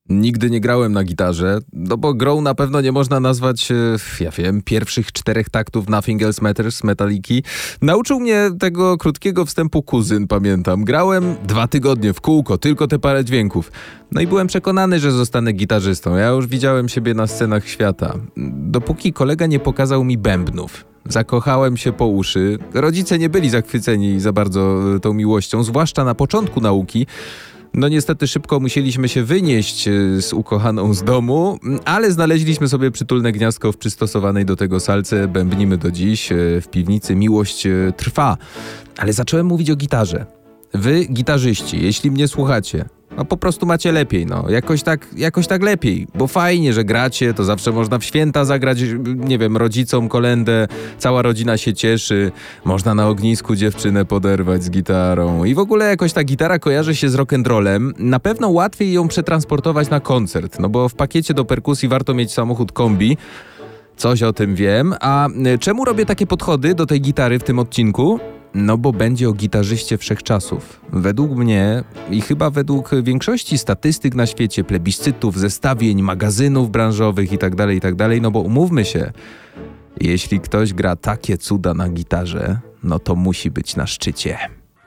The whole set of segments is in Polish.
Nigdy nie grałem na gitarze, no bo grą na pewno nie można nazwać, pierwszych 4 taktów Nothing Else Matters Metaliki. Nauczył mnie tego krótkiego wstępu kuzyn, pamiętam. Grałem 2 tygodnie w kółko, tylko te parę dźwięków. No i byłem przekonany, że zostanę gitarzystą. Ja już widziałem siebie na scenach świata. Dopóki kolega nie pokazał mi bębnów. Zakochałem się po uszy. Rodzice nie byli zachwyceni za bardzo tą miłością, zwłaszcza na początku nauki. No niestety szybko musieliśmy się wynieść z ukochaną z domu, ale znaleźliśmy sobie przytulne gniazdko w przystosowanej do tego salce. Bębnimy do dziś. W piwnicy miłość trwa. Ale zacząłem mówić o gitarze. Wy, gitarzyści, jeśli mnie słuchacie, no po prostu macie lepiej, no. Jakoś tak lepiej, bo fajnie, że gracie, to zawsze można w święta zagrać, nie wiem, rodzicom kolędę, cała rodzina się cieszy, można na ognisku dziewczynę poderwać z gitarą i w ogóle jakoś ta gitara kojarzy się z rock'n'rollem. Na pewno łatwiej ją przetransportować na koncert, no bo w pakiecie do perkusji warto mieć samochód kombi. Coś o tym wiem. A czemu robię takie podchody do tej gitary w tym odcinku? No bo będzie o gitarzyście wszechczasów. Według mnie i chyba według większości statystyk na świecie, plebiscytów, zestawień, magazynów branżowych itd., no bo umówmy się, jeśli ktoś gra takie cuda na gitarze, no to musi być na szczycie.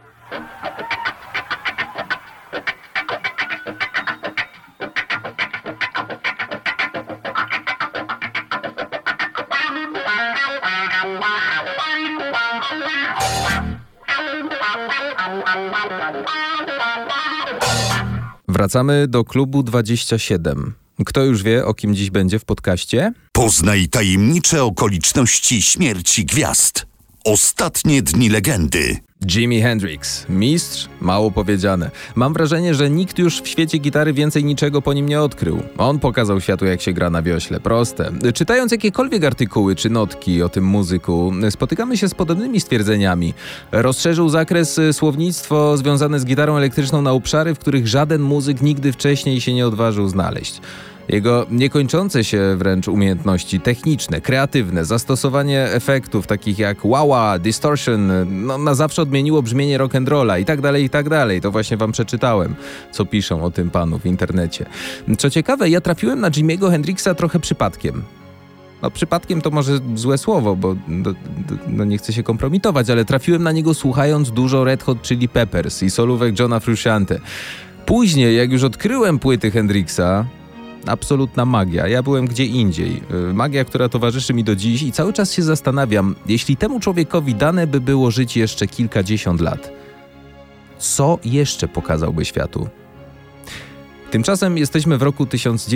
Wracamy do klubu 27. Kto już wie, o kim dziś będzie w podcaście? Poznaj tajemnicze okoliczności śmierci gwiazd. Ostatnie dni legendy. Jimi Hendrix. Mistrz? Mało powiedziane. Mam wrażenie, że nikt już w świecie gitary więcej niczego po nim nie odkrył. On pokazał światu, jak się gra na wiośle. Proste. Czytając jakiekolwiek artykuły czy notki o tym muzyku, spotykamy się z podobnymi stwierdzeniami. Rozszerzył zakres słownictwo związane z gitarą elektryczną na obszary, w których żaden muzyk nigdy wcześniej się nie odważył znaleźć. Jego niekończące się wręcz umiejętności techniczne, kreatywne, zastosowanie efektów takich jak wah-wah, distortion, no na zawsze odmieniło brzmienie rock'n'rolla i tak dalej. To właśnie wam przeczytałem, co piszą o tym panu w internecie. Co ciekawe, ja trafiłem na Jimiego Hendrixa trochę przypadkiem. No przypadkiem to może złe słowo, bo nie chcę się kompromitować, ale trafiłem na niego słuchając dużo Red Hot Chili Peppers i solówek Johna Frusciante. Później, jak już odkryłem płyty Hendrixa, absolutna magia. Ja byłem gdzie indziej. Magia, która towarzyszy mi do dziś i cały czas się zastanawiam, jeśli temu człowiekowi dane by było żyć jeszcze kilkadziesiąt lat, co jeszcze pokazałby światu? Tymczasem jesteśmy w roku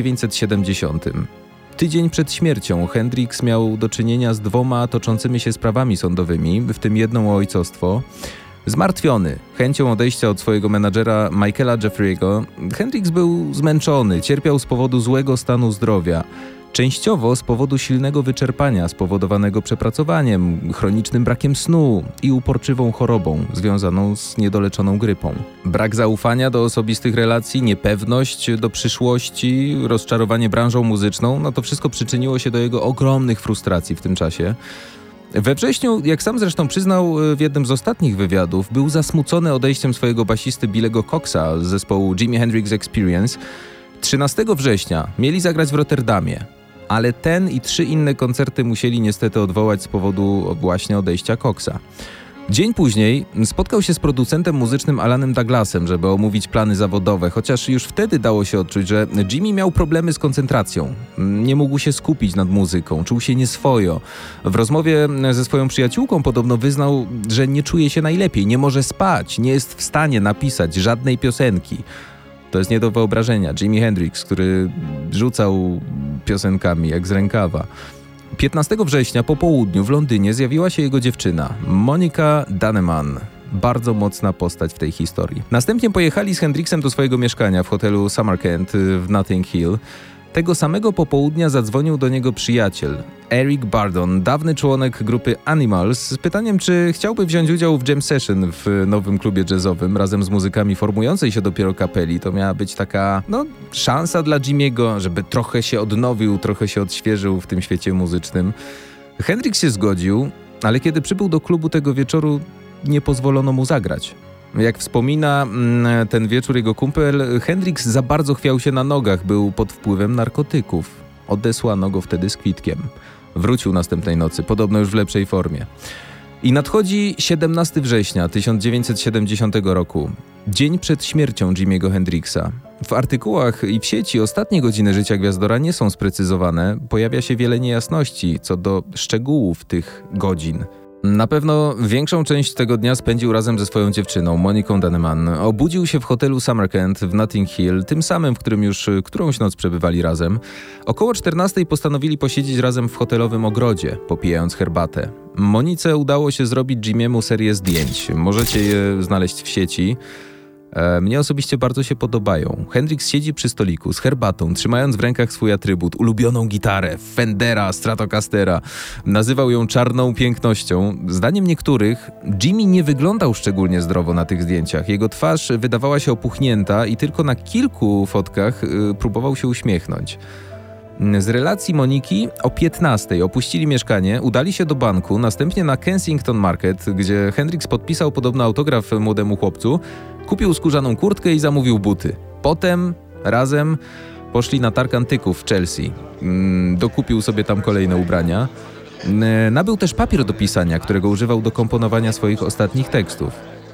1970. Tydzień przed śmiercią Hendrix miał do czynienia z 2 toczącymi się sprawami sądowymi, w tym jedną o ojcostwo. Zmartwiony chęcią odejścia od swojego menadżera Michaela Jeffrey'ego, Hendrix był zmęczony, cierpiał z powodu złego stanu zdrowia. Częściowo z powodu silnego wyczerpania spowodowanego przepracowaniem, chronicznym brakiem snu i uporczywą chorobą związaną z niedoleczoną grypą. Brak zaufania do osobistych relacji, niepewność do przyszłości, rozczarowanie branżą muzyczną, no to wszystko przyczyniło się do jego ogromnych frustracji w tym czasie. We wrześniu, jak sam zresztą przyznał w jednym z ostatnich wywiadów, był zasmucony odejściem swojego basisty Billego Coxa z zespołu Jimi Hendrix Experience. 13 września mieli zagrać w Rotterdamie, ale ten i 3 inne koncerty musieli niestety odwołać z powodu właśnie odejścia Coxa. Dzień później spotkał się z producentem muzycznym Alanem Douglasem, żeby omówić plany zawodowe, chociaż już wtedy dało się odczuć, że Jimmy miał problemy z koncentracją. Nie mógł się skupić nad muzyką, czuł się nieswojo. W rozmowie ze swoją przyjaciółką podobno wyznał, że nie czuje się najlepiej, nie może spać, nie jest w stanie napisać żadnej piosenki. To jest nie do wyobrażenia. Jimi Hendrix, który rzucał piosenkami jak z rękawa. 15 września po południu w Londynie zjawiła się jego dziewczyna, Monica Danneman. Bardzo mocna postać w tej historii. Następnie pojechali z Hendrixem do swojego mieszkania w hotelu Summer Kent w Notting Hill. Tego samego popołudnia zadzwonił do niego przyjaciel, Eric Burdon, dawny członek grupy Animals, z pytaniem, czy chciałby wziąć udział w jam session w nowym klubie jazzowym razem z muzykami formującej się dopiero kapeli. To miała być taka, szansa dla Jimiego, żeby trochę się odnowił, trochę się odświeżył w tym świecie muzycznym. Hendrix się zgodził, ale kiedy przybył do klubu tego wieczoru, nie pozwolono mu zagrać. Jak wspomina ten wieczór jego kumpel, Hendrix za bardzo chwiał się na nogach, był pod wpływem narkotyków. Odesłano go wtedy z kwitkiem. Wrócił następnej nocy, podobno już w lepszej formie. I nadchodzi 17 września 1970 roku, dzień przed śmiercią Jimiego Hendrixa. W artykułach i w sieci ostatnie godziny życia gwiazdora nie są sprecyzowane, pojawia się wiele niejasności co do szczegółów tych godzin. Na pewno większą część tego dnia spędził razem ze swoją dziewczyną, Moniką Dannemann. Obudził się w hotelu Summercamp w Notting Hill, tym samym, w którym już którąś noc przebywali razem. Około 14 postanowili posiedzieć razem w hotelowym ogrodzie, popijając herbatę. Monice udało się zrobić Jimiemu serię zdjęć. Możecie je znaleźć w sieci. Mnie osobiście bardzo się podobają. Hendrix siedzi przy stoliku z herbatą, trzymając w rękach swój atrybut, ulubioną gitarę, Fendera, Stratocastera. Nazywał ją czarną pięknością. Zdaniem niektórych, Jimmy nie wyglądał szczególnie zdrowo na tych zdjęciach. Jego twarz wydawała się opuchnięta i tylko na kilku fotkach próbował się uśmiechnąć. Z relacji Moniki o 15 opuścili mieszkanie, udali się do banku, następnie na Kensington Market, gdzie Hendrix podpisał podobno autograf młodemu chłopcu, kupił skórzaną kurtkę i zamówił buty. Potem razem poszli na targ antyków w Chelsea. Dokupił sobie tam kolejne ubrania. Nabył też papier do pisania, którego używał do komponowania swoich ostatnich tekstów.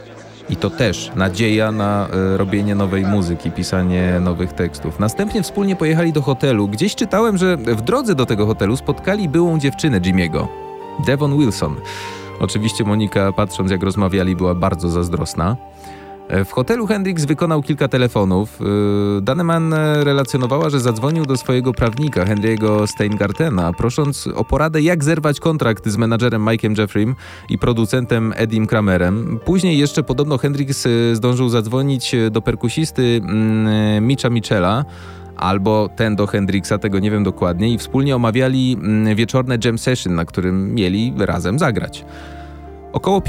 I to też nadzieja na robienie nowej muzyki, pisanie nowych tekstów. Następnie wspólnie pojechali do hotelu. Gdzieś czytałem, że w drodze do tego hotelu spotkali byłą dziewczynę Jimiego, Devon Wilson. Oczywiście Monika, patrząc jak rozmawiali, była bardzo zazdrosna. W hotelu Hendrix wykonał kilka telefonów. Dannemann relacjonowała, że zadzwonił do swojego prawnika, Henry'ego Steingartena, prosząc o poradę, jak zerwać kontrakt z menadżerem Mike'em Jeffrey'm i producentem Eddiem Kramerem. Później jeszcze podobno Hendrix zdążył zadzwonić do perkusisty Mitcha Mitchella, albo ten do Hendrixa, tego nie wiem dokładnie, i wspólnie omawiali wieczorne jam session, na którym mieli razem zagrać. Około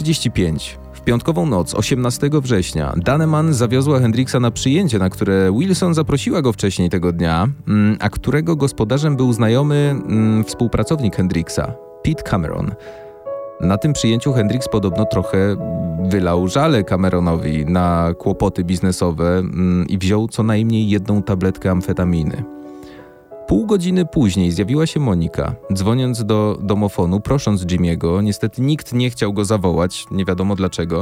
1:45 w piątkową noc, 18 września, Dannemann zawiozła Hendrixa na przyjęcie, na które Wilson zaprosiła go wcześniej tego dnia, a którego gospodarzem był znajomy współpracownik Hendrixa, Pete Cameron. Na tym przyjęciu Hendrix podobno trochę wylał żale Cameronowi na kłopoty biznesowe i wziął co najmniej 1 tabletkę amfetaminy. Pół godziny później zjawiła się Monika, dzwoniąc do domofonu, prosząc Jimiego. Niestety nikt nie chciał go zawołać, nie wiadomo dlaczego.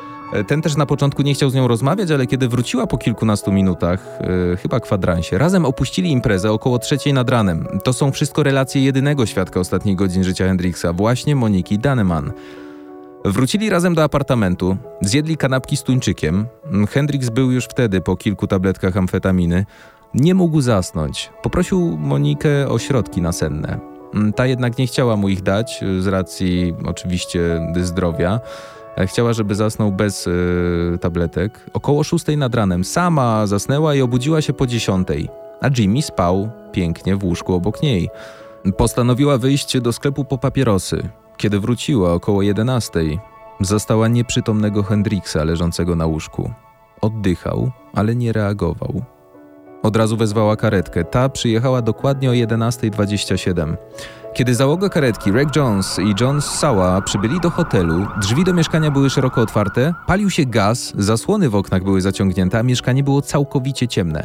Ten też na początku nie chciał z nią rozmawiać, ale kiedy wróciła po kilkunastu minutach, chyba kwadransie, razem opuścili imprezę około 3:00 nad ranem. To są wszystko relacje jedynego świadka ostatnich godzin życia Hendrixa, właśnie Moniki Dannemann. Wrócili razem do apartamentu, zjedli kanapki z tuńczykiem. Hendrix był już wtedy po kilku tabletkach amfetaminy. Nie mógł zasnąć. Poprosił Monikę o środki nasenne. Ta jednak nie chciała mu ich dać, z racji oczywiście zdrowia. Chciała, żeby zasnął bez tabletek. Około 6:00 nad ranem sama zasnęła i obudziła się po 10:00, a Jimmy spał pięknie w łóżku obok niej. Postanowiła wyjść do sklepu po papierosy. Kiedy wróciła około 11:00, zastała nieprzytomnego Hendrixa leżącego na łóżku. Oddychał, ale nie reagował. Od razu wezwała karetkę. Ta przyjechała dokładnie o 11:27. Kiedy załoga karetki Reg Jones i John Sała przybyli do hotelu, drzwi do mieszkania były szeroko otwarte, palił się gaz, zasłony w oknach były zaciągnięte, a mieszkanie było całkowicie ciemne.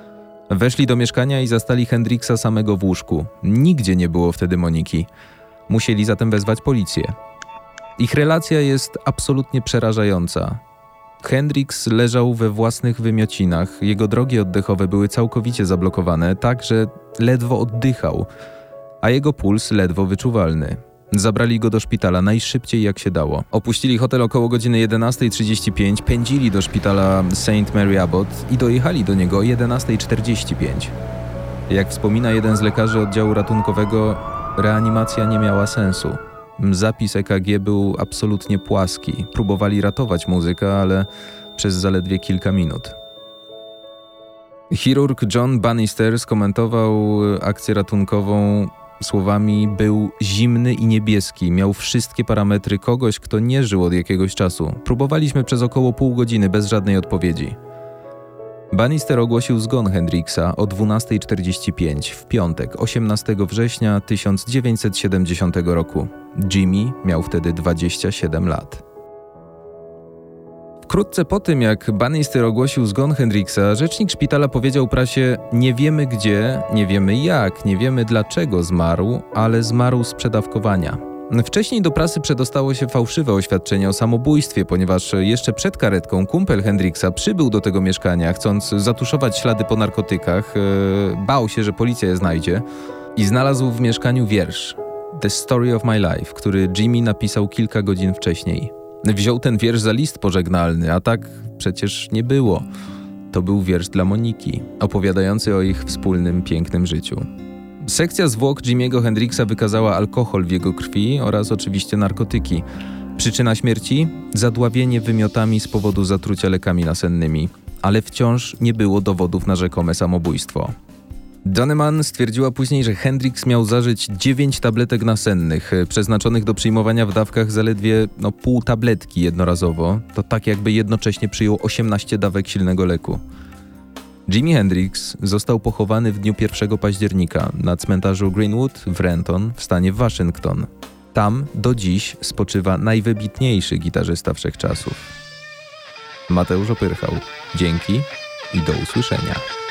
Weszli do mieszkania i zastali Hendrixa samego w łóżku. Nigdzie nie było wtedy Moniki. Musieli zatem wezwać policję. Ich relacja jest absolutnie przerażająca. Hendrix leżał we własnych wymiocinach, jego drogi oddechowe były całkowicie zablokowane, tak że ledwo oddychał, a jego puls ledwo wyczuwalny. Zabrali go do szpitala najszybciej jak się dało. Opuścili hotel około godziny 11:35, pędzili do szpitala St. Mary Abbot i dojechali do niego o 11:45. Jak wspomina jeden z lekarzy oddziału ratunkowego, reanimacja nie miała sensu. Zapis EKG był absolutnie płaski. Próbowali ratować muzyka, ale przez zaledwie kilka minut. Chirurg John Bannister skomentował akcję ratunkową słowami: był zimny i niebieski, miał wszystkie parametry kogoś, kto nie żył od jakiegoś czasu. Próbowaliśmy przez około pół godziny bez żadnej odpowiedzi. Bannister ogłosił zgon Hendrixa o 12:45 w piątek, 18 września 1970 roku. Jimmy miał wtedy 27 lat. Wkrótce po tym, jak Bannister ogłosił zgon Hendrixa, rzecznik szpitala powiedział prasie: nie wiemy gdzie, nie wiemy jak, nie wiemy dlaczego zmarł, ale zmarł z przedawkowania. Wcześniej do prasy przedostało się fałszywe oświadczenie o samobójstwie, ponieważ jeszcze przed karetką kumpel Hendrixa przybył do tego mieszkania, chcąc zatuszować ślady po narkotykach. Bał się, że policja je znajdzie i znalazł w mieszkaniu wiersz The Story of My Life, który Jimmy napisał kilka godzin wcześniej. Wziął ten wiersz za list pożegnalny, a tak przecież nie było. To był wiersz dla Moniki, opowiadający o ich wspólnym, pięknym życiu. Sekcja zwłok Jimmy'ego Hendrixa wykazała alkohol w jego krwi oraz oczywiście narkotyki. Przyczyna śmierci? Zadławienie wymiotami z powodu zatrucia lekami nasennymi, ale wciąż nie było dowodów na rzekome samobójstwo. Doneman stwierdziła później, że Hendrix miał zażyć 9 tabletek nasennych, przeznaczonych do przyjmowania w dawkach zaledwie pół tabletki jednorazowo. To tak jakby jednocześnie przyjął 18 dawek silnego leku. Jimi Hendrix został pochowany w dniu 1 października na cmentarzu Greenwood w Renton w stanie Waszyngton. Tam do dziś spoczywa najwybitniejszy gitarzysta wszechczasów. Mateusz Opyrchał. Dzięki i do usłyszenia.